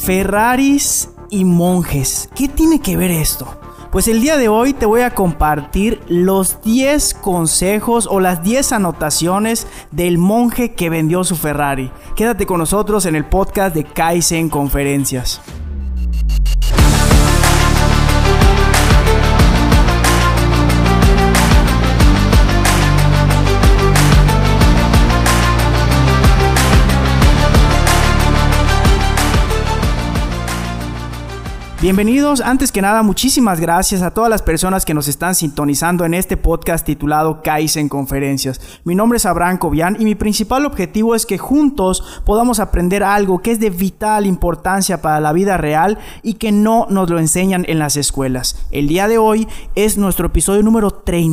Ferraris y monjes. ¿Qué tiene que ver esto? Pues el día de hoy te voy a compartir los 10 consejos o las 10 anotaciones del monje que vendió su Ferrari. Quédate con nosotros en el podcast de Kaizen Conferencias. Bienvenidos, antes que nada muchísimas gracias a todas las personas que nos están sintonizando en este podcast titulado Kaizen Conferencias. Mi nombre es Abraham Cobian y mi principal objetivo es que juntos podamos aprender algo que es de vital importancia para la vida real y que no nos lo enseñan en las escuelas. El día de hoy es nuestro episodio número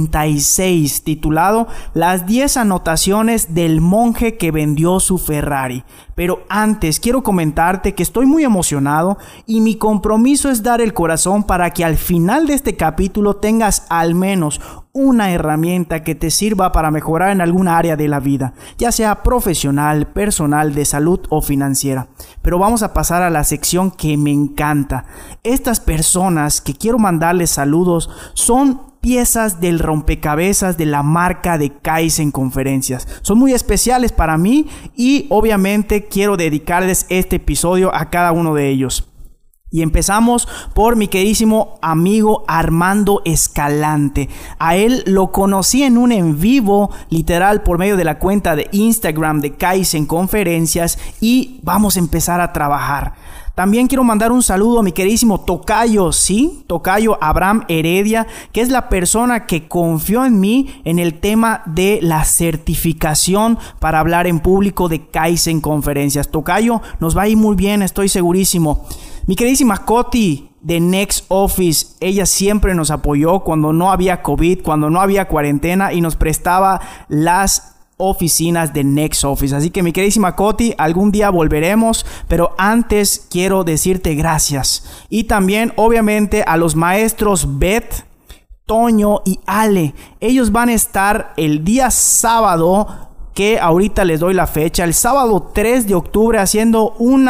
36 titulado Las 10 anotaciones del monje que vendió su Ferrari. Pero antes quiero comentarte que estoy muy emocionado y mi compromiso es dar el corazón para que al final de este capítulo tengas al menos una herramienta que te sirva para mejorar en alguna área de la vida, ya sea profesional, personal, de salud o financiera. Pero vamos a pasar a la sección que me encanta. Estas personas que quiero mandarles saludos son piezas del rompecabezas de la marca de Kaizen Conferencias. Son muy especiales para mí y obviamente quiero dedicarles este episodio a cada uno de ellos. Y empezamos por mi queridísimo amigo Armando Escalante. A él lo conocí en un en vivo, literal, por medio de la cuenta de Instagram de Kaizen Conferencias y vamos a empezar a trabajar. También quiero mandar un saludo a mi queridísimo tocayo, ¿sí? Tocayo Abraham Heredia, que es la persona que confió en mí en el tema de la certificación para hablar en público de Kaizen Conferencias. Tocayo, nos va a ir muy bien, estoy segurísimo. Mi queridísima Coti de Next Office, ella siempre nos apoyó cuando no había COVID, cuando no había cuarentena y nos prestaba las oficinas de Next Office. Así que mi queridísima Coti, algún día volveremos, pero antes quiero decirte gracias. Y también obviamente a los maestros Beth, Toño y Ale. Ellos van a estar el día sábado, que ahorita les doy la fecha, el sábado 3 de octubre haciendo un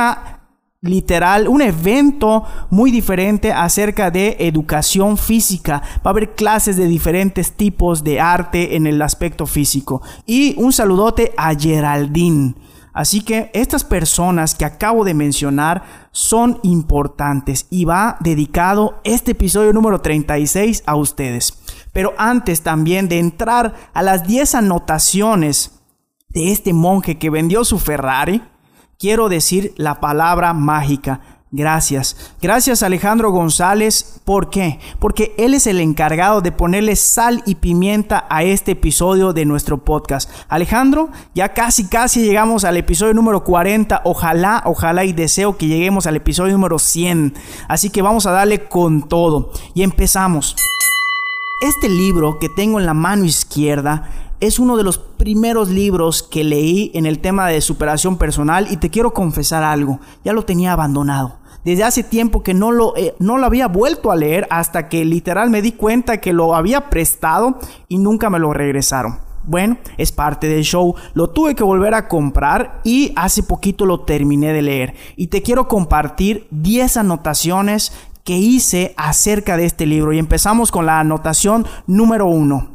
evento muy diferente acerca de educación física. Va a haber clases de diferentes tipos de arte en el aspecto físico. Y un saludote a Geraldine. Así que estas personas que acabo de mencionar son importantes y va dedicado este episodio número 36 a ustedes. Pero antes también de entrar a las 10 anotaciones de este monje que vendió su Ferrari, quiero decir la palabra mágica. Gracias. Gracias Alejandro González. ¿Por qué? Porque él es el encargado de ponerle sal y pimienta a este episodio de nuestro podcast. Alejandro, ya casi llegamos al episodio número 40. Ojalá y deseo que lleguemos al episodio número 100. Así que vamos a darle con todo. Y empezamos. Este libro que tengo en la mano izquierda es uno de los primeros libros que leí en el tema de superación personal y te quiero confesar algo, ya lo tenía abandonado. Desde hace tiempo que no lo había vuelto a leer hasta que literal me di cuenta que lo había prestado y nunca me lo regresaron. Bueno, es parte del show, lo tuve que volver a comprar y hace poquito lo terminé de leer. Y te quiero compartir 10 anotaciones que hice acerca de este libro y empezamos con la anotación número 1.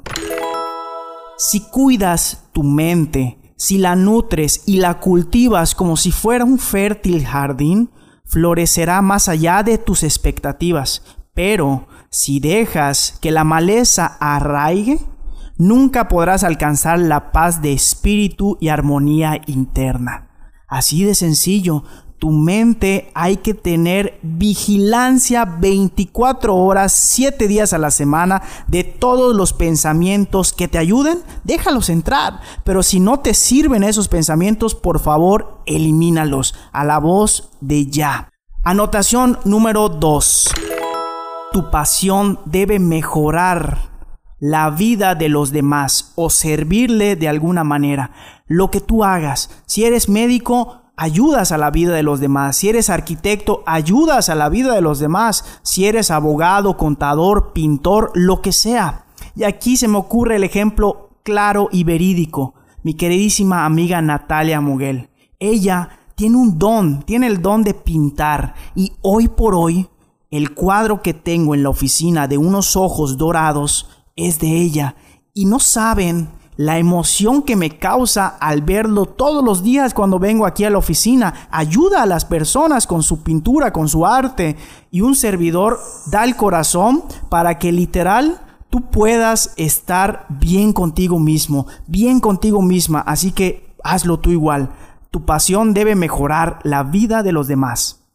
Si cuidas tu mente, si la nutres y la cultivas como si fuera un fértil jardín, florecerá más allá de tus expectativas. Pero si dejas que la maleza arraigue, nunca podrás alcanzar la paz de espíritu y armonía interna. Así de sencillo. Tu mente hay que tener vigilancia 24 horas, 7 días a la semana de todos los pensamientos que te ayuden, déjalos entrar. Pero si no te sirven esos pensamientos, por favor, elimínalos a la voz de ya. Anotación número 2. Tu pasión debe mejorar la vida de los demás o servirle de alguna manera. Lo que tú hagas, si eres médico, ayudas a la vida de los demás. Si eres arquitecto, ayudas a la vida de los demás. Si eres abogado, contador, pintor, lo que sea. Y aquí se me ocurre el ejemplo claro y verídico. Mi queridísima amiga Natalia Muguel. Ella tiene un don, tiene el don de pintar. Y hoy por hoy, el cuadro que tengo en la oficina de unos ojos dorados es de ella. Y no saben la emoción que me causa al verlo todos los días cuando vengo aquí a la oficina. Ayuda a las personas con su pintura, con su arte. Y un servidor da el corazón para que literal tú puedas estar bien contigo mismo, bien contigo misma. Así que hazlo tú igual. Tu pasión debe mejorar la vida de los demás.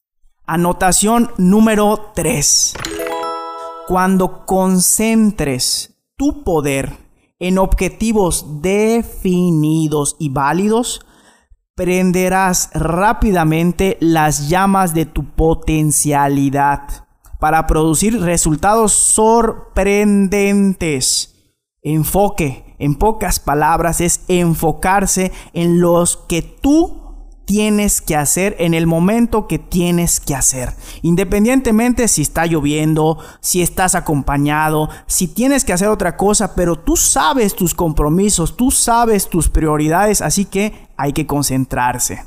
Anotación número 3. Cuando concentres tu poder en objetivos definidos y válidos, prenderás rápidamente las llamas de tu potencialidad para producir resultados sorprendentes. Enfoque, en pocas palabras, es enfocarse en los que tú tienes que hacer en el momento que tienes que hacer. Independientemente si está lloviendo, si estás acompañado, si tienes que hacer otra cosa, pero tú sabes tus compromisos, tú sabes tus prioridades, así que hay que concentrarse.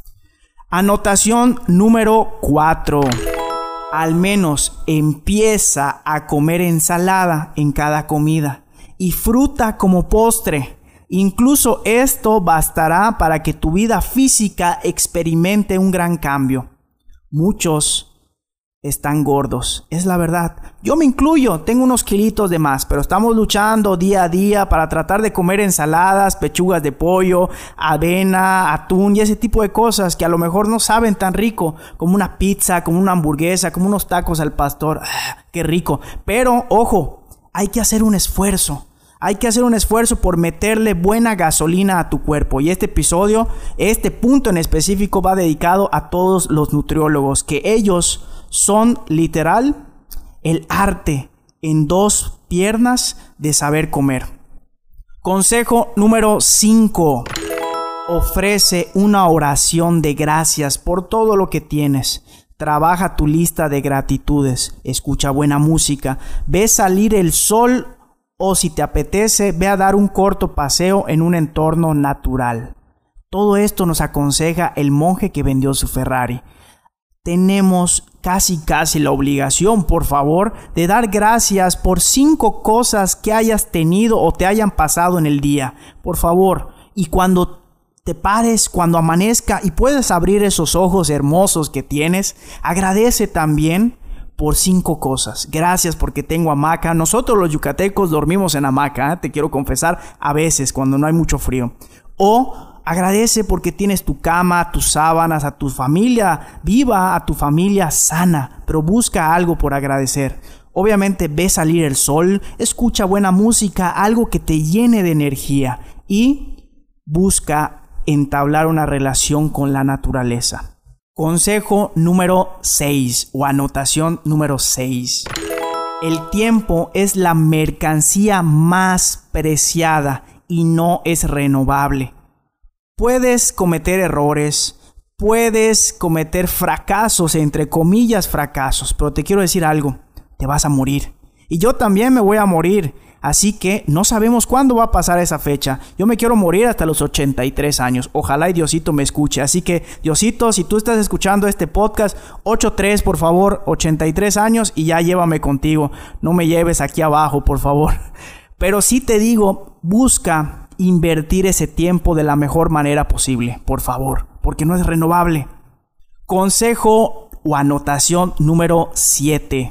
Anotación número 4. Al menos empieza a comer ensalada en cada comida y fruta como postre. Incluso esto bastará para que tu vida física experimente un gran cambio. Muchos están gordos, es la verdad. Yo me incluyo, tengo unos kilitos de más, pero estamos luchando día a día para tratar de comer ensaladas, pechugas de pollo, avena, atún y ese tipo de cosas que a lo mejor no saben tan rico como una pizza, como una hamburguesa, como unos tacos al pastor. ¡Qué rico! Pero, ojo, hay que hacer un esfuerzo. Hay que hacer un esfuerzo por meterle buena gasolina a tu cuerpo. Y este episodio, este punto en específico va dedicado a todos los nutriólogos, que ellos son literal el arte en 2 piernas de saber comer. Consejo número 5. Ofrece una oración de gracias por todo lo que tienes. Trabaja tu lista de gratitudes. Escucha buena música. Ve salir el sol. O si te apetece, ve a dar un corto paseo en un entorno natural. Todo esto nos aconseja el monje que vendió su Ferrari. Tenemos casi la obligación, por favor, de dar gracias por 5 cosas que hayas tenido o te hayan pasado en el día. Por favor, y cuando te pares, cuando amanezca y puedes abrir esos ojos hermosos que tienes, agradece también por 5 cosas. Gracias porque tengo hamaca. Nosotros los yucatecos dormimos en hamaca, te quiero confesar, a veces cuando no hay mucho frío. O agradece porque tienes tu cama, tus sábanas, a tu familia viva, a tu familia sana, pero busca algo por agradecer. Obviamente ve salir el sol, escucha buena música, algo que te llene de energía y busca entablar una relación con la naturaleza. Consejo número 6 o anotación número 6. El tiempo es la mercancía más preciada y no es renovable. Puedes cometer errores, puedes cometer fracasos, entre comillas fracasos, pero te quiero decir algo, te vas a morir. Y yo también me voy a morir. Así que no sabemos cuándo va a pasar esa fecha. Yo me quiero morir hasta los 83 años. Ojalá y Diosito me escuche. Así que, Diosito, si tú estás escuchando este podcast, 83, por favor, 83 años y ya llévame contigo. No me lleves aquí abajo, por favor. Pero sí te digo, busca invertir ese tiempo de la mejor manera posible, por favor, porque no es renovable. Consejo o anotación número 7.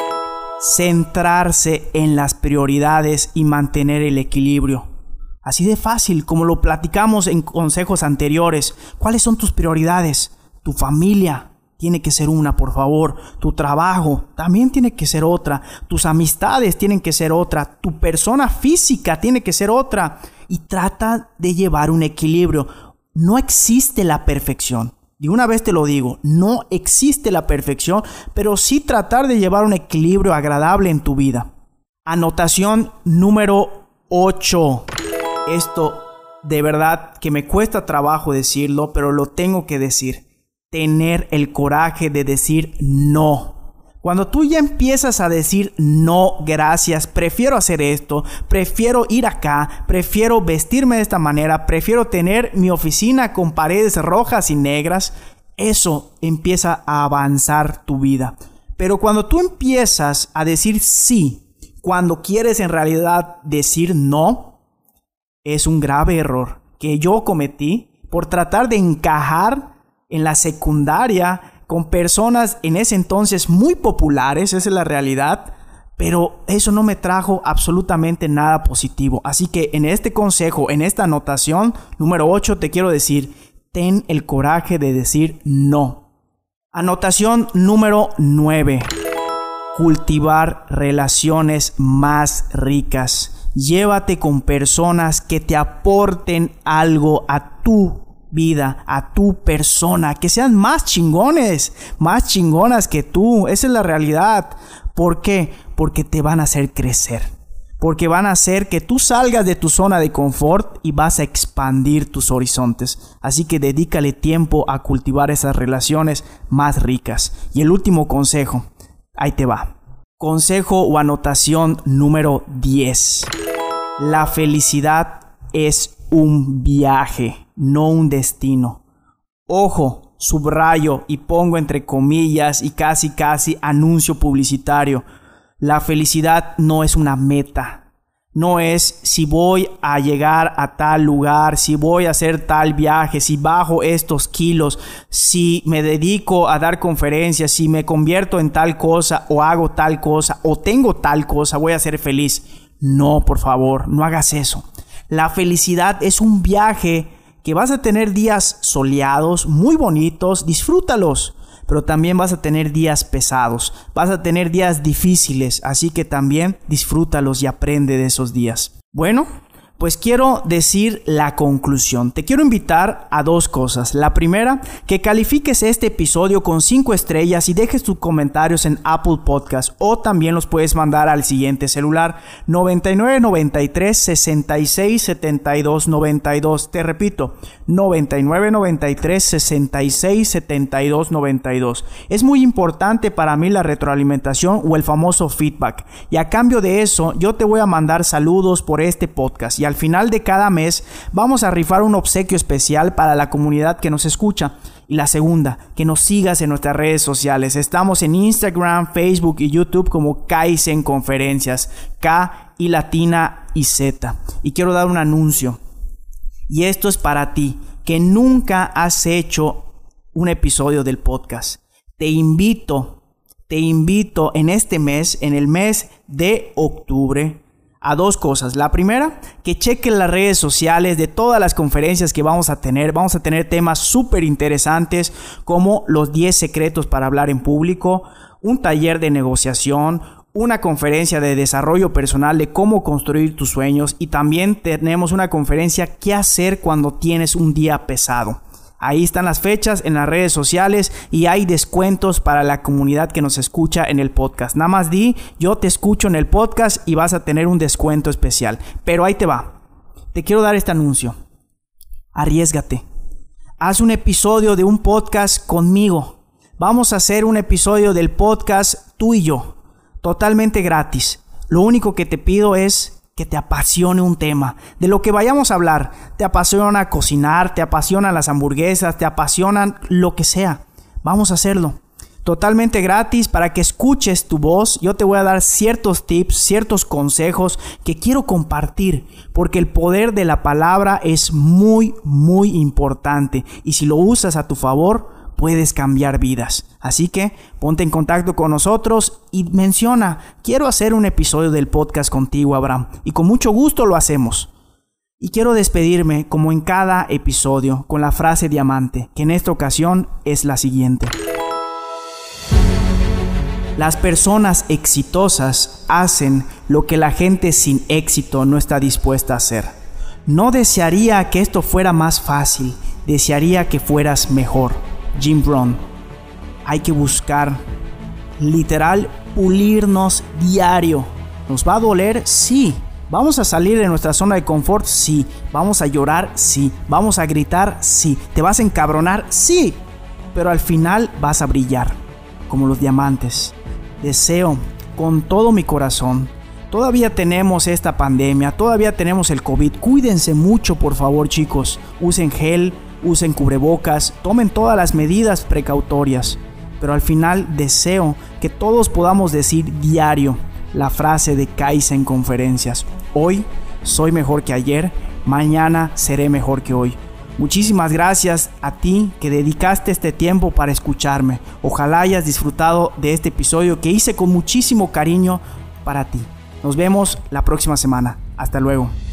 Centrarse en las prioridades y mantener el equilibrio. Así de fácil, como lo platicamos en consejos anteriores. ¿Cuáles son tus prioridades? Tu familia tiene que ser una, por favor. Tu trabajo también tiene que ser otra. Tus amistades tienen que ser otra. Tu persona física tiene que ser otra. Y trata de llevar un equilibrio. No existe la perfección. De una vez te lo digo, no existe la perfección, pero sí tratar de llevar un equilibrio agradable en tu vida. Anotación número 8. Esto de verdad que me cuesta trabajo decirlo, pero lo tengo que decir. Tener el coraje de decir no. Cuando tú ya empiezas a decir no, gracias, prefiero hacer esto, prefiero ir acá, prefiero vestirme de esta manera, prefiero tener mi oficina con paredes rojas y negras, eso empieza a avanzar tu vida. Pero cuando tú empiezas a decir sí, cuando quieres en realidad decir no, es un grave error que yo cometí por tratar de encajar en la secundaria con personas en ese entonces muy populares, esa es la realidad, pero eso no me trajo absolutamente nada positivo. Así que en este consejo, en esta anotación número 8, te quiero decir, ten el coraje de decir no. Anotación número 9, cultivar relaciones más ricas. Llévate con personas que te aporten algo a tu vida, a tu persona, que sean más chingones, más chingonas que tú. Esa es la realidad. ¿Por qué? Porque te van a hacer crecer, porque van a hacer que tú salgas de tu zona de confort y vas a expandir tus horizontes. Así que dedícale tiempo a cultivar esas relaciones más ricas. Y el último consejo, ahí te va. Consejo o anotación número 10. La felicidad es un viaje, no un destino. Ojo, subrayo y pongo entre comillas y casi anuncio publicitario. La felicidad no es una meta. No es si voy a llegar a tal lugar, si voy a hacer tal viaje, si bajo estos kilos, si me dedico a dar conferencias, si me convierto en tal cosa o hago tal cosa o tengo tal cosa, voy a ser feliz. No, por favor, no hagas eso. La felicidad es un viaje que vas a tener días soleados, muy bonitos, disfrútalos. Pero también vas a tener días pesados, vas a tener días difíciles, así que también disfrútalos y aprende de esos días. Bueno, pues quiero decir la conclusión. Te quiero invitar a dos cosas. La primera, que califiques este episodio con 5 estrellas y dejes tus comentarios en Apple Podcast, o también los puedes mandar al siguiente celular 99 93 66 72 92. Te repito, 99 93 66 72 92. Es muy importante para mí la retroalimentación o el famoso feedback, y a cambio de eso yo te voy a mandar saludos por este podcast, y al final de cada mes vamos a rifar un obsequio especial para la comunidad que nos escucha. Y la segunda, que nos sigas en nuestras redes sociales. Estamos en Instagram, Facebook y YouTube como Kaizen Conferencias, K y latina y Z. Y quiero dar un anuncio, y esto es para ti que nunca has hecho un episodio del podcast. Te invito en este mes, en el mes de octubre, a dos cosas. La primera, que chequen las redes sociales de todas las conferencias que vamos a tener. Vamos a tener temas súper interesantes como los 10 secretos para hablar en público, un taller de negociación, una conferencia de desarrollo personal de cómo construir tus sueños, y también tenemos una conferencia qué hacer cuando tienes un día pesado. Ahí están las fechas en las redes sociales y hay descuentos para la comunidad que nos escucha en el podcast. Nada más di, yo te escucho en el podcast y vas a tener un descuento especial. Pero ahí te va. Te quiero dar este anuncio. Arriésgate. Haz un episodio de un podcast conmigo. Vamos a hacer un episodio del podcast tú y yo. Totalmente gratis. Lo único que te pido es que te apasione un tema, de lo que vayamos a hablar. Te apasiona cocinar, te apasionan las hamburguesas, te apasionan lo que sea. Vamos a hacerlo totalmente gratis para que escuches tu voz. Yo te voy a dar ciertos tips, ciertos consejos que quiero compartir, porque el poder de la palabra es muy, muy importante, y si lo usas a tu favor, puedes cambiar vidas. Así que ponte en contacto con nosotros y menciona, quiero hacer un episodio del podcast contigo, Abraham, y con mucho gusto lo hacemos. Y quiero despedirme, como en cada episodio, con la frase diamante, que en esta ocasión es la siguiente: las personas exitosas hacen lo que la gente sin éxito no está dispuesta a hacer. No desearía que esto fuera más fácil, desearía que fueras mejor. Jim Rohn. Hay que buscar, literal, pulirnos diario. ¿Nos va a doler? Sí. ¿Vamos a salir de nuestra zona de confort? Sí. ¿Vamos a llorar? Sí. ¿Vamos a gritar? Sí. ¿Te vas a encabronar? Sí. Pero al final vas a brillar, como los diamantes. deseo con todo mi corazón. Todavía tenemos esta pandemia, todavía tenemos el COVID. Cuídense mucho, por favor, chicos. Usen gel, usen cubrebocas, tomen todas las medidas precautorias. Pero al final deseo que todos podamos decir diario la frase de Kaizen Conferencias. Hoy soy mejor que ayer, mañana seré mejor que hoy. Muchísimas gracias a ti que dedicaste este tiempo para escucharme. Ojalá hayas disfrutado de este episodio que hice con muchísimo cariño para ti. Nos vemos la próxima semana. Hasta luego.